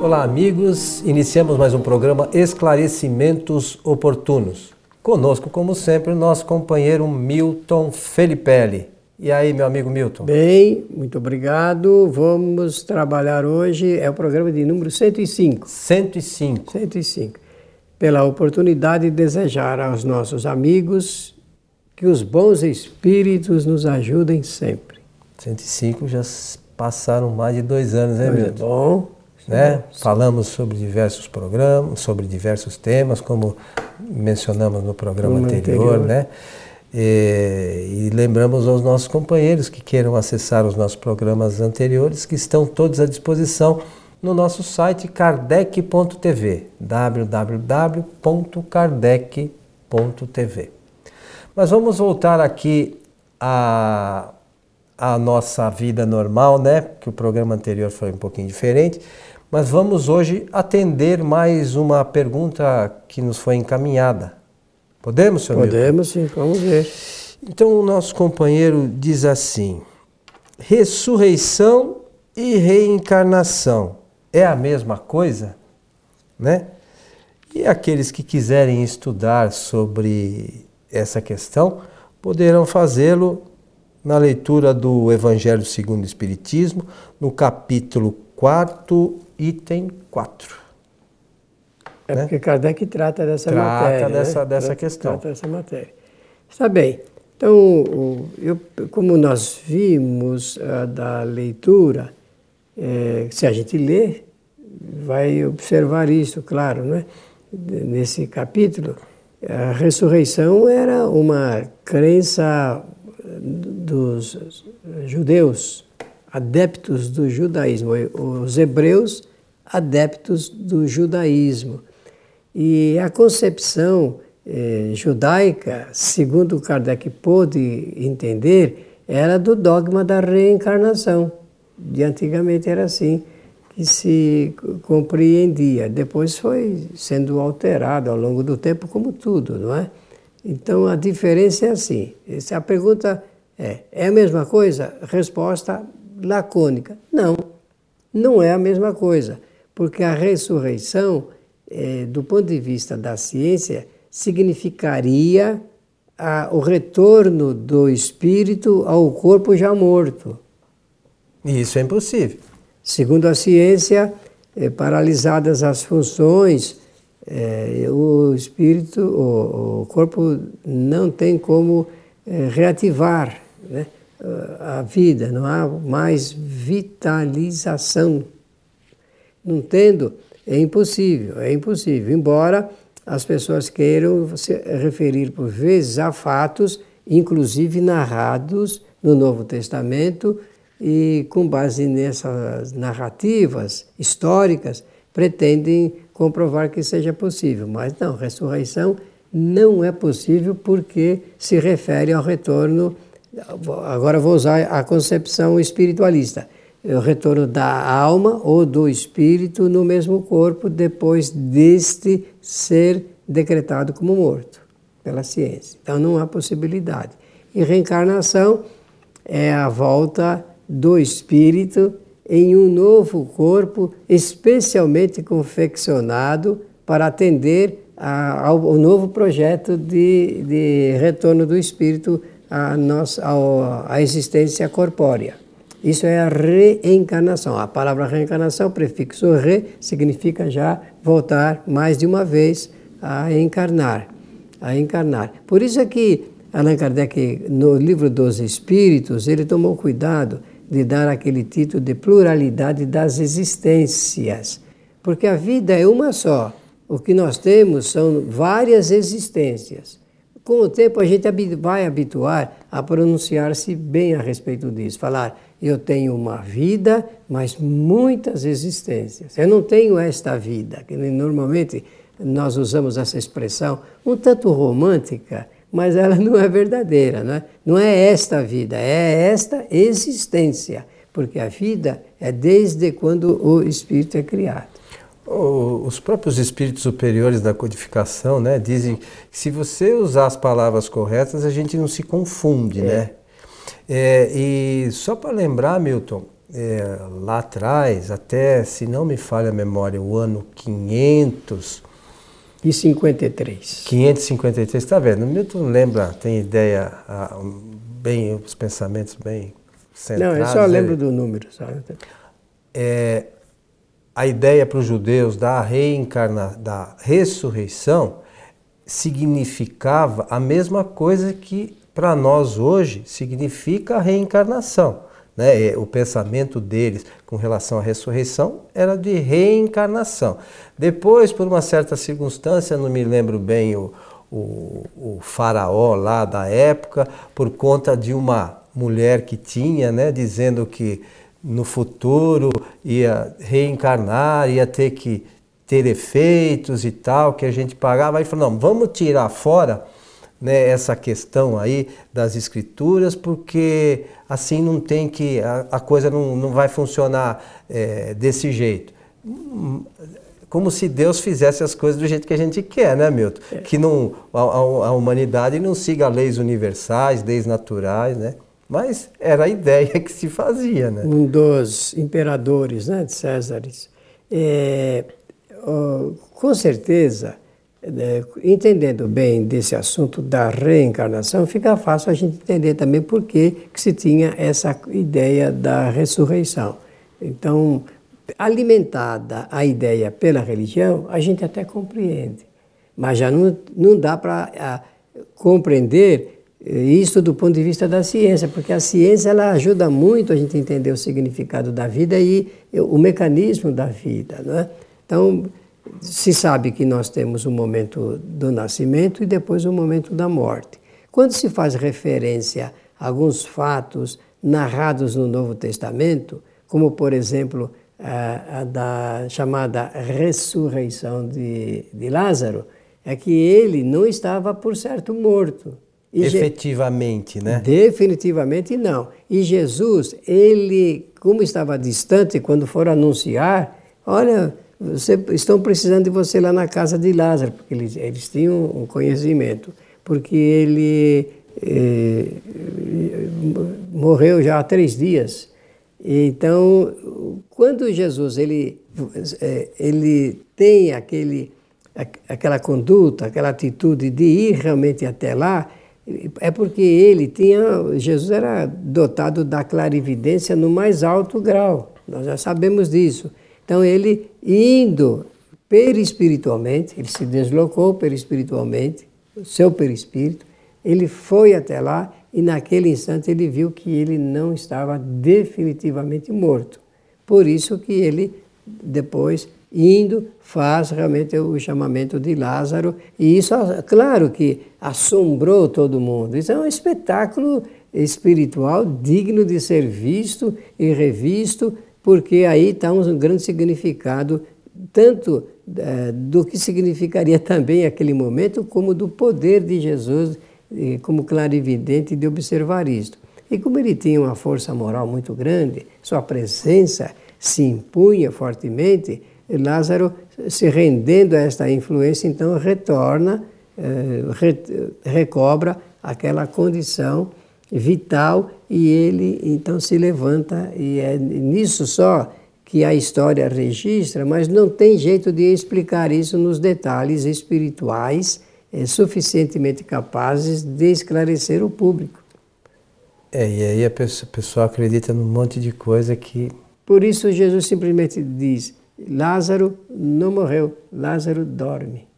Olá, amigos. Iniciamos mais um programa Esclarecimentos Oportunos. Conosco, como sempre, o nosso companheiro Milton Felipelli. E aí, meu amigo Milton? Bem, muito obrigado. Vamos trabalhar hoje, é o programa de número 105. 105. 105. Pela oportunidade de desejar aos nossos amigos que os bons espíritos nos ajudem sempre. 105 já passaram mais de 2 anos, né, Milton? É bom. Né? Falamos sobre diversos programas, sobre diversos temas, como mencionamos no programa anterior, né? E lembramos aos nossos companheiros que queiram acessar os nossos programas anteriores, que estão todos à disposição no nosso site kardec.tv, www.kardec.tv. Mas vamos voltar aqui à nossa vida normal, né? Porque o programa anterior foi um pouquinho diferente. Mas vamos hoje atender mais uma pergunta que nos foi encaminhada. Podemos, senhor Milton? Podemos, sim, vamos ver. Então o nosso companheiro diz assim: ressurreição e reencarnação é a mesma coisa? Né? E aqueles que quiserem estudar sobre essa questão poderão fazê-lo na leitura do Evangelho segundo o Espiritismo, no capítulo 4, item 4. É porque Kardec trata dessa matéria. Dessa questão. Trata dessa matéria. Está bem. Então, como nós vimos da leitura, se a gente lê, vai observar isso, claro, né? Nesse capítulo, a ressurreição era uma crença dos judeus, adeptos do judaísmo, os hebreus, adeptos do judaísmo. E a concepção judaica, segundo Kardec pôde entender, era do dogma da reencarnação. De antigamente era assim que se compreendia. Depois foi sendo alterado ao longo do tempo, como tudo, não é? Então a diferença é assim. Se a pergunta é a mesma coisa? Resposta lacônica: não, não é a mesma coisa, porque a ressurreição, do ponto de vista da ciência, significaria o retorno do espírito ao corpo já morto. E isso é impossível. Segundo a ciência, paralisadas as funções, o espírito, o corpo não tem como reativar, né, a vida, não há mais vitalização. Não tendo, é impossível, embora as pessoas queiram se referir por vezes a fatos, inclusive narrados no Novo Testamento, e com base nessas narrativas históricas, pretendem comprovar que seja possível. Mas não, ressurreição não é possível porque se refere ao retorno. Agora vou usar a concepção espiritualista. O retorno da alma ou do espírito no mesmo corpo depois deste ser decretado como morto pela ciência. Então não há possibilidade. E reencarnação é a volta do espírito em um novo corpo especialmente confeccionado para atender ao novo projeto de retorno do espírito à existência corpórea. Isso é a reencarnação. A palavra reencarnação, prefixo re, significa já voltar mais de uma vez a encarnar. Por isso é que Allan Kardec, no livro dos Espíritos, ele tomou cuidado de dar aquele título de pluralidade das existências. Porque a vida é uma só. O que nós temos são várias existências. Com o tempo a gente vai habituar a pronunciar-se bem a respeito disso. Falar: eu tenho uma vida, mas muitas existências. Eu não tenho esta vida, que normalmente nós usamos essa expressão um tanto romântica, mas ela não é verdadeira, não é? Não é esta vida, é esta existência, porque a vida é desde quando o espírito é criado. Os próprios espíritos superiores da codificação, né, dizem que se você usar as palavras corretas, a gente não se confunde, né? E só para lembrar, Milton, lá atrás, até, se não me falha a memória, o ano 553. 553, está vendo? O Milton lembra, tem ideia, bem, os pensamentos bem centrados. Não, eu só lembro do número. Sabe? A ideia para os judeus da ressurreição significava a mesma coisa que para nós hoje significa a reencarnação. Né? O pensamento deles com relação à ressurreição era de reencarnação. Depois, por uma certa circunstância, não me lembro bem o faraó lá da época, por conta de uma mulher que tinha, né, dizendo que no futuro ia reencarnar, ia ter que ter efeitos e tal, que a gente pagava. Aí falou, não, vamos tirar fora, né, essa questão aí das escrituras, porque assim não tem que, a coisa não vai funcionar desse jeito. Como se Deus fizesse as coisas do jeito que a gente quer, né, Milton? Que a humanidade não siga leis universais, leis naturais, né? Mas era a ideia que se fazia, né? Um dos imperadores, né, de Césares, com certeza, entendendo bem desse assunto da reencarnação, fica fácil a gente entender também por que se tinha essa ideia da ressurreição. Então, alimentada a ideia pela religião, a gente até compreende, mas já não dá para compreender isso do ponto de vista da ciência, porque a ciência ela ajuda muito a gente a entender o significado da vida e o mecanismo da vida, não é? Então, se sabe que nós temos o momento do nascimento e depois o momento da morte. Quando se faz referência a alguns fatos narrados no Novo Testamento, como, por exemplo, a da chamada ressurreição de Lázaro, é que ele não estava, por certo, morto. Efetivamente, né? Definitivamente não. E Jesus, ele, como estava distante, quando for anunciar, olha, estão precisando de você lá na casa de Lázaro, porque eles tinham um conhecimento, porque ele morreu já há 3 dias. Então, quando Jesus ele tem aquela conduta, aquela atitude de ir realmente até lá, é porque Jesus era dotado da clarividência no mais alto grau, nós já sabemos disso. Então ele indo perispiritualmente, ele se deslocou perispiritualmente, o seu perispírito, ele foi até lá e naquele instante ele viu que ele não estava definitivamente morto. Por isso que ele depois indo, faz realmente o chamamento de Lázaro, e isso, claro que assombrou todo mundo. Isso é um espetáculo espiritual digno de ser visto e revisto, porque aí está um grande significado, tanto do que significaria também aquele momento, como do poder de Jesus, como clarividente, de observar isto. E como ele tinha uma força moral muito grande, sua presença se impunha fortemente, Lázaro, se rendendo a esta influência, então retorna, recobra aquela condição vital e ele então se levanta, e é nisso só que a história registra, mas não tem jeito de explicar isso nos detalhes espirituais suficientemente capazes de esclarecer o público. E aí a pessoa acredita num monte de coisa que... Por isso Jesus simplesmente diz, Lázaro não morreu, Lázaro dorme.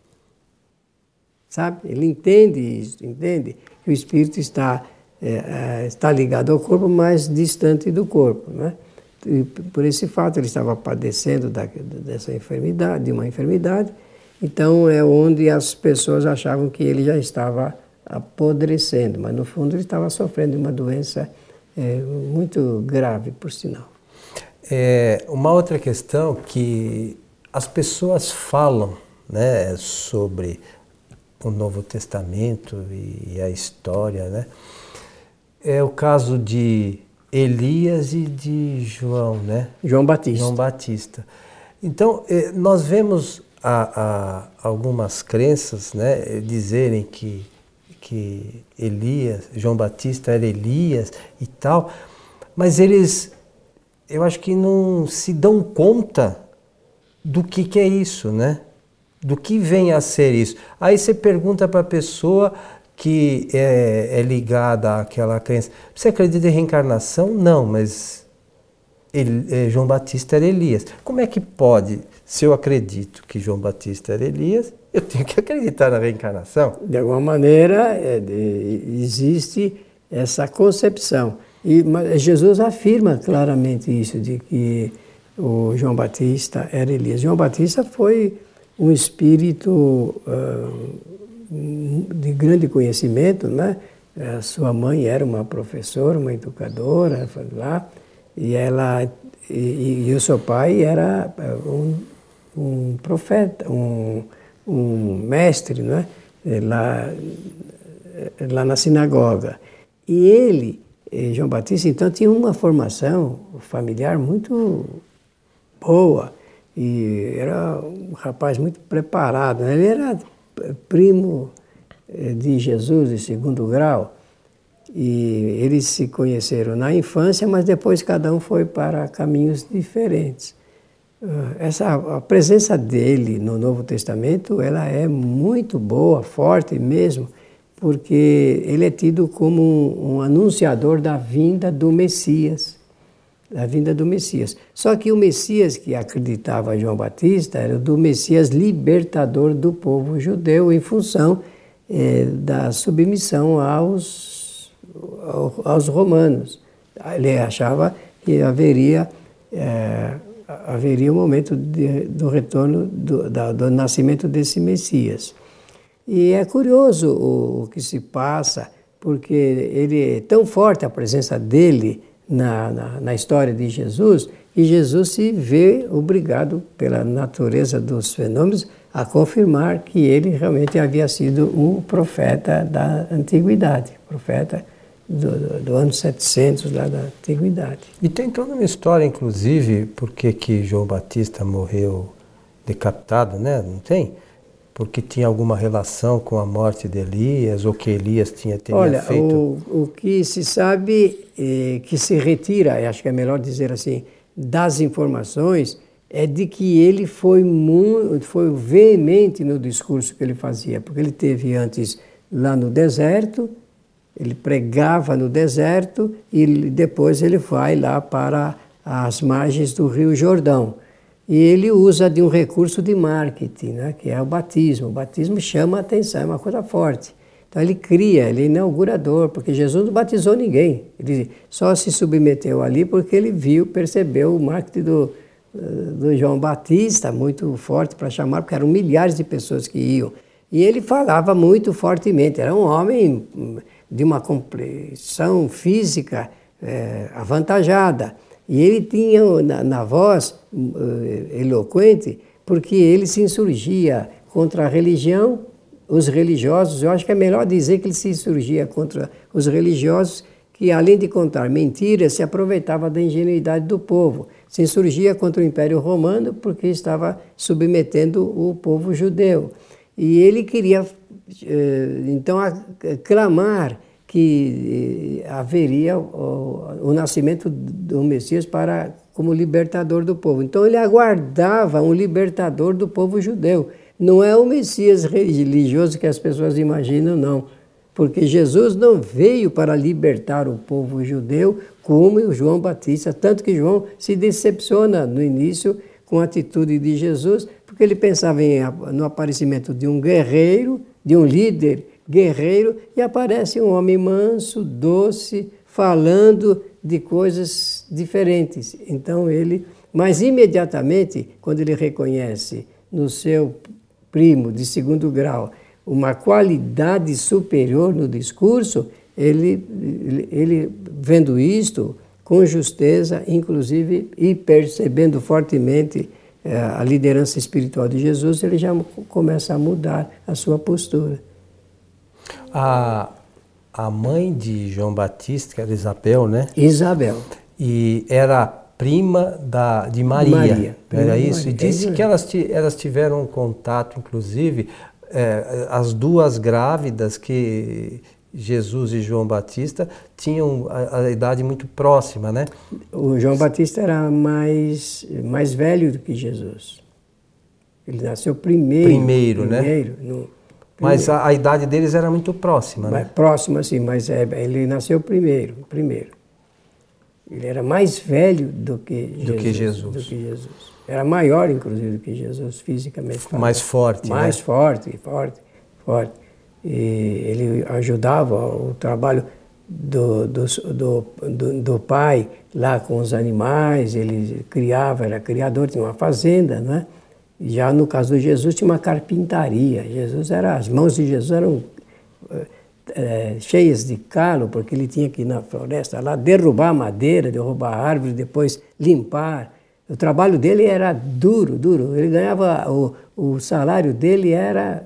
Sabe? Ele entende isso, entende que o espírito está ligado ao corpo, mas distante do corpo, né? E por esse fato ele estava padecendo dessa enfermidade, de uma enfermidade, então é onde as pessoas achavam que ele já estava apodrecendo, mas no fundo ele estava sofrendo de uma doença muito grave, por sinal. Uma outra questão que as pessoas falam, né, sobre o Novo Testamento e a história, né, é o caso de Elias e de João, né? João Batista. João Batista. Então, nós vemos algumas crenças, né, dizerem que João Batista era Elias e tal, mas eles eu acho que não se dão conta do que é isso, né? Do que vem a ser isso. Aí você pergunta para a pessoa que é ligada àquela crença, você acredita em reencarnação? Não, mas João Batista era Elias. Como é que pode, se eu acredito que João Batista era Elias, eu tenho que acreditar na reencarnação? De alguma maneira, existe essa concepção. Mas Jesus afirma claramente isso, de que o João Batista era Elias. João Batista foi um espírito de grande conhecimento, né? Sua mãe era uma professora, uma educadora, foi lá, e o seu pai era um profeta, um mestre, né? Lá na sinagoga. E ele, João Batista, então, tinha uma formação familiar muito boa e era um rapaz muito preparado, né? Ele era primo de Jesus de segundo grau e eles se conheceram na infância, mas depois cada um foi para caminhos diferentes. A presença dele no Novo Testamento, ela é muito boa, forte mesmo, porque ele é tido como um anunciador da vinda do Messias. Da vinda do Messias. Só que o Messias que acreditava João Batista era o do Messias libertador do povo judeu em função da submissão aos romanos. Ele achava que haveria um momento do retorno, do nascimento desse Messias. E é curioso o que se passa, porque ele é tão forte a presença dele na história de Jesus, e Jesus se vê obrigado, pela natureza dos fenômenos, a confirmar que ele realmente havia sido o profeta da antiguidade, profeta do ano 700 lá da antiguidade. E tem toda uma história, inclusive, por que João Batista morreu decapitado, né? Não tem? Porque tinha alguma relação com a morte de Elias, ou que Elias teria feito? Olha, o que se sabe, que se retira, acho que é melhor dizer assim, das informações, é de que ele foi veemente no discurso que ele fazia, porque ele teve antes lá no deserto, ele pregava no deserto e depois ele vai lá para as margens do Rio Jordão. E ele usa de um recurso de marketing, né, que é o batismo. O batismo chama a atenção, é uma coisa forte. Então ele é inaugurador, porque Jesus não batizou ninguém. Ele só se submeteu ali porque ele percebeu o marketing do João Batista, muito forte para chamar, porque eram milhares de pessoas que iam. E ele falava muito fortemente, era um homem de uma complexão física avantajada. E ele tinha na voz eloquente, porque ele se insurgia contra a religião, os religiosos. Eu acho que é melhor dizer que ele se insurgia contra os religiosos, que além de contar mentiras, se aproveitava da ingenuidade do povo. Se insurgia contra o Império Romano, porque estava submetendo o povo judeu. E ele queria, então, clamar que haveria o nascimento do Messias como libertador do povo. Então ele aguardava um libertador do povo judeu. Não é o Messias religioso que as pessoas imaginam, não. Porque Jesus não veio para libertar o povo judeu como o João Batista, tanto que João se decepciona no início com a atitude de Jesus, porque ele pensava no aparecimento de um guerreiro, de um líder guerreiro, e aparece um homem manso, doce, falando de coisas diferentes. Então mas imediatamente, quando ele reconhece no seu primo de segundo grau uma qualidade superior no discurso, ele vendo isto com justeza, inclusive, e percebendo fortemente a liderança espiritual de Jesus, ele já começa a mudar a sua postura. A mãe de João Batista, que era Isabel, né? Isabel. E era prima de Maria. Era isso? Maria. E disse que elas tiveram um contato, inclusive, as duas grávidas, que Jesus e João Batista tinham a idade muito próxima, né? O João Batista era mais velho do que Jesus. Ele nasceu primeiro, né? Mas a idade deles era muito próxima, né? Próxima, sim, mas ele nasceu primeiro. Ele era mais velho do que Jesus. Era maior, inclusive, do que Jesus, fisicamente. Mais forte, mais né? forte. E ele ajudava o trabalho do pai lá com os animais, ele era criador, tinha uma fazenda, né? Já no caso de Jesus tinha uma carpintaria. As mãos de Jesus eram cheias de calo, porque ele tinha que ir na floresta lá derrubar madeira, derrubar árvore, depois limpar. O trabalho dele era duro. Ele ganhava, o salário dele era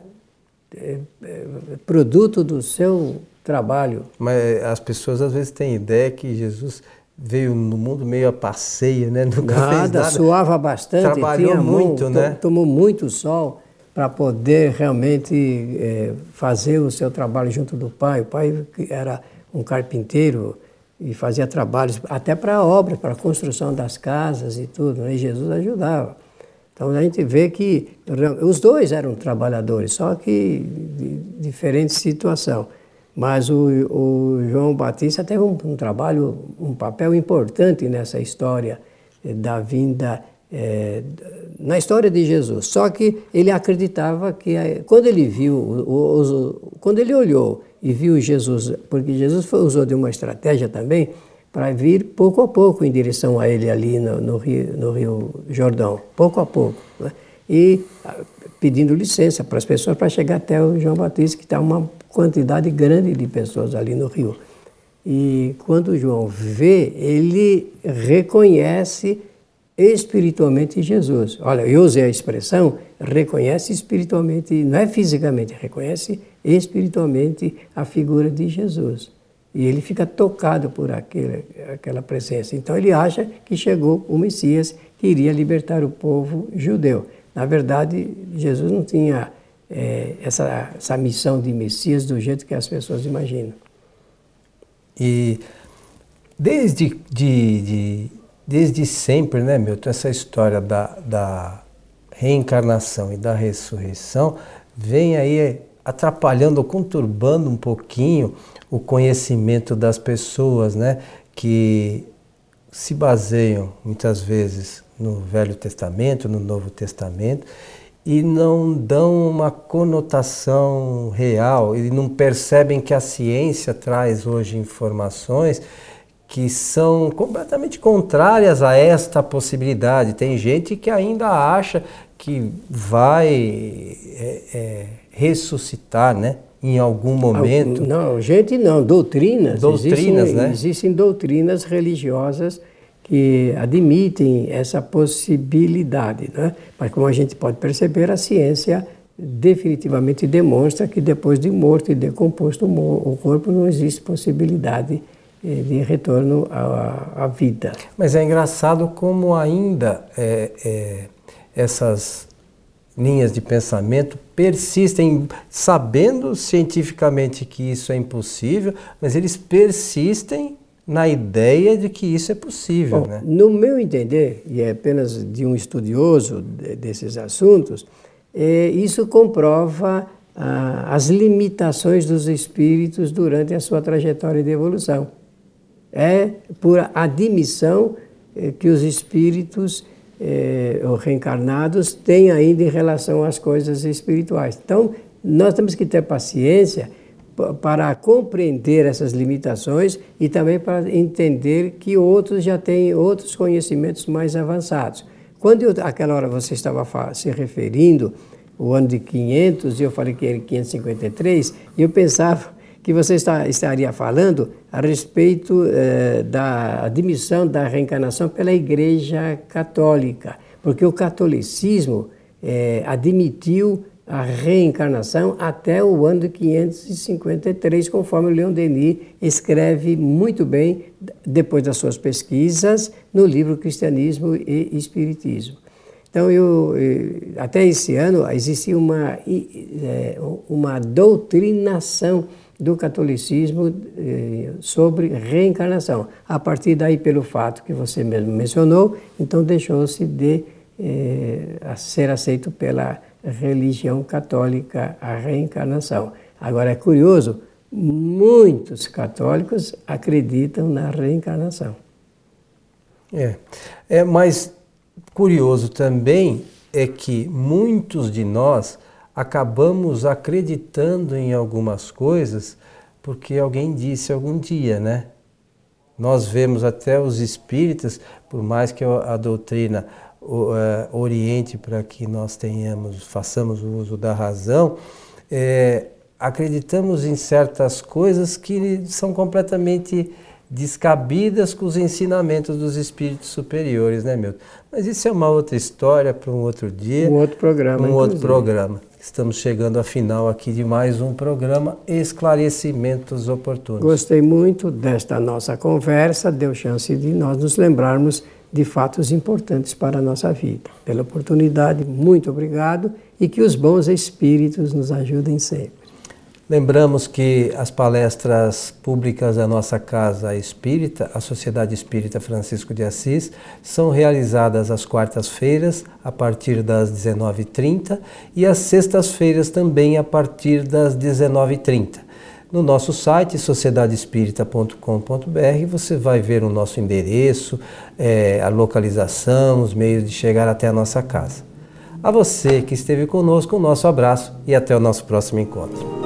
produto do seu trabalho. Mas as pessoas às vezes têm ideia que Jesus veio no mundo meio a passeio, né? Nunca fez nada. Suava bastante. Trabalhou muito, né? Tomou muito sol para poder realmente fazer o seu trabalho junto do pai. O pai era um carpinteiro e fazia trabalhos até para obras, para a construção das casas e tudo, né? E Jesus ajudava. Então a gente vê que os dois eram trabalhadores, só que de diferente situação. Mas o João Batista teve um papel importante nessa história da vinda, na história de Jesus. Só que ele acreditava que quando ele quando ele olhou e viu Jesus, porque Jesus usou de uma estratégia também para vir pouco a pouco em direção a ele ali no Rio Jordão, pouco a pouco, né? E pedindo licença para as pessoas para chegar até o João Batista, que está uma quantidade grande de pessoas ali no rio. E quando o João vê, ele reconhece espiritualmente Jesus. Olha, eu usei a expressão, reconhece espiritualmente, não é fisicamente, reconhece espiritualmente a figura de Jesus. E ele fica tocado por aquela presença. Então ele acha que chegou o Messias que iria libertar o povo judeu. Na verdade, Jesus não tinha essa missão de Messias do jeito que as pessoas imaginam. E desde sempre, né, Milton, essa história da reencarnação e da ressurreição vem aí atrapalhando ou conturbando um pouquinho o conhecimento das pessoas, né, que se baseiam muitas vezes no Velho Testamento, no Novo Testamento, e não dão uma conotação real, e não percebem que a ciência traz hoje informações que são completamente contrárias a esta possibilidade. Tem gente que ainda acha que vai ressuscitar, né, em algum momento. Não, gente não, doutrinas. Né? Existem doutrinas religiosas que admitem essa possibilidade, né? Mas como a gente pode perceber, a ciência definitivamente demonstra que depois de morto e decomposto o corpo não existe possibilidade de retorno à vida. Mas é engraçado como ainda essas linhas de pensamento persistem, sabendo cientificamente que isso é impossível, mas eles persistem na ideia de que isso é possível. Bom, né? No meu entender, e é apenas de um estudioso desses assuntos, isso comprova as limitações dos espíritos durante a sua trajetória de evolução. É por admissão que os espíritos reencarnados têm ainda em relação às coisas espirituais. Então, nós temos que ter paciência para compreender essas limitações e também para entender que outros já têm outros conhecimentos mais avançados. Quando aquela hora você estava se referindo ao ano de 500, e eu falei que era 553, e eu pensava que você estaria falando a respeito da admissão da reencarnação pela Igreja Católica, porque o catolicismo admitiu a reencarnação até o ano de 553, conforme o Leon Denis escreve muito bem, depois das suas pesquisas, no livro Cristianismo e Espiritismo. Então, até esse ano, existia uma doutrinação do catolicismo sobre reencarnação. A partir daí, pelo fato que você mesmo mencionou, então deixou-se de ser aceito pela religião católica a reencarnação. Agora é curioso, muitos católicos acreditam na reencarnação. Mas curioso também é que muitos de nós acabamos acreditando em algumas coisas porque alguém disse algum dia, né? Nós vemos até os espíritas, por mais que a doutrina oriente para que nós façamos o uso da razão, acreditamos em certas coisas que são completamente descabidas com os ensinamentos dos espíritos superiores, né, Milton? Mas isso é uma outra história para um outro dia. Um outro programa, outro programa. Estamos chegando ao final aqui de mais um programa Esclarecimentos Oportunos. Gostei muito desta nossa conversa, deu chance de nós nos lembrarmos de fatos importantes para a nossa vida. Pela oportunidade, muito obrigado e que os bons espíritos nos ajudem sempre. Lembramos que as palestras públicas da nossa Casa Espírita, a Sociedade Espírita Francisco de Assis, são realizadas às quartas-feiras, a partir das 19h30, e às sextas-feiras também, a partir das 19h30. No nosso site, sociedadespírita.com.br, você vai ver o nosso endereço, a localização, os meios de chegar até a nossa casa. A você que esteve conosco, o nosso abraço e até o nosso próximo encontro.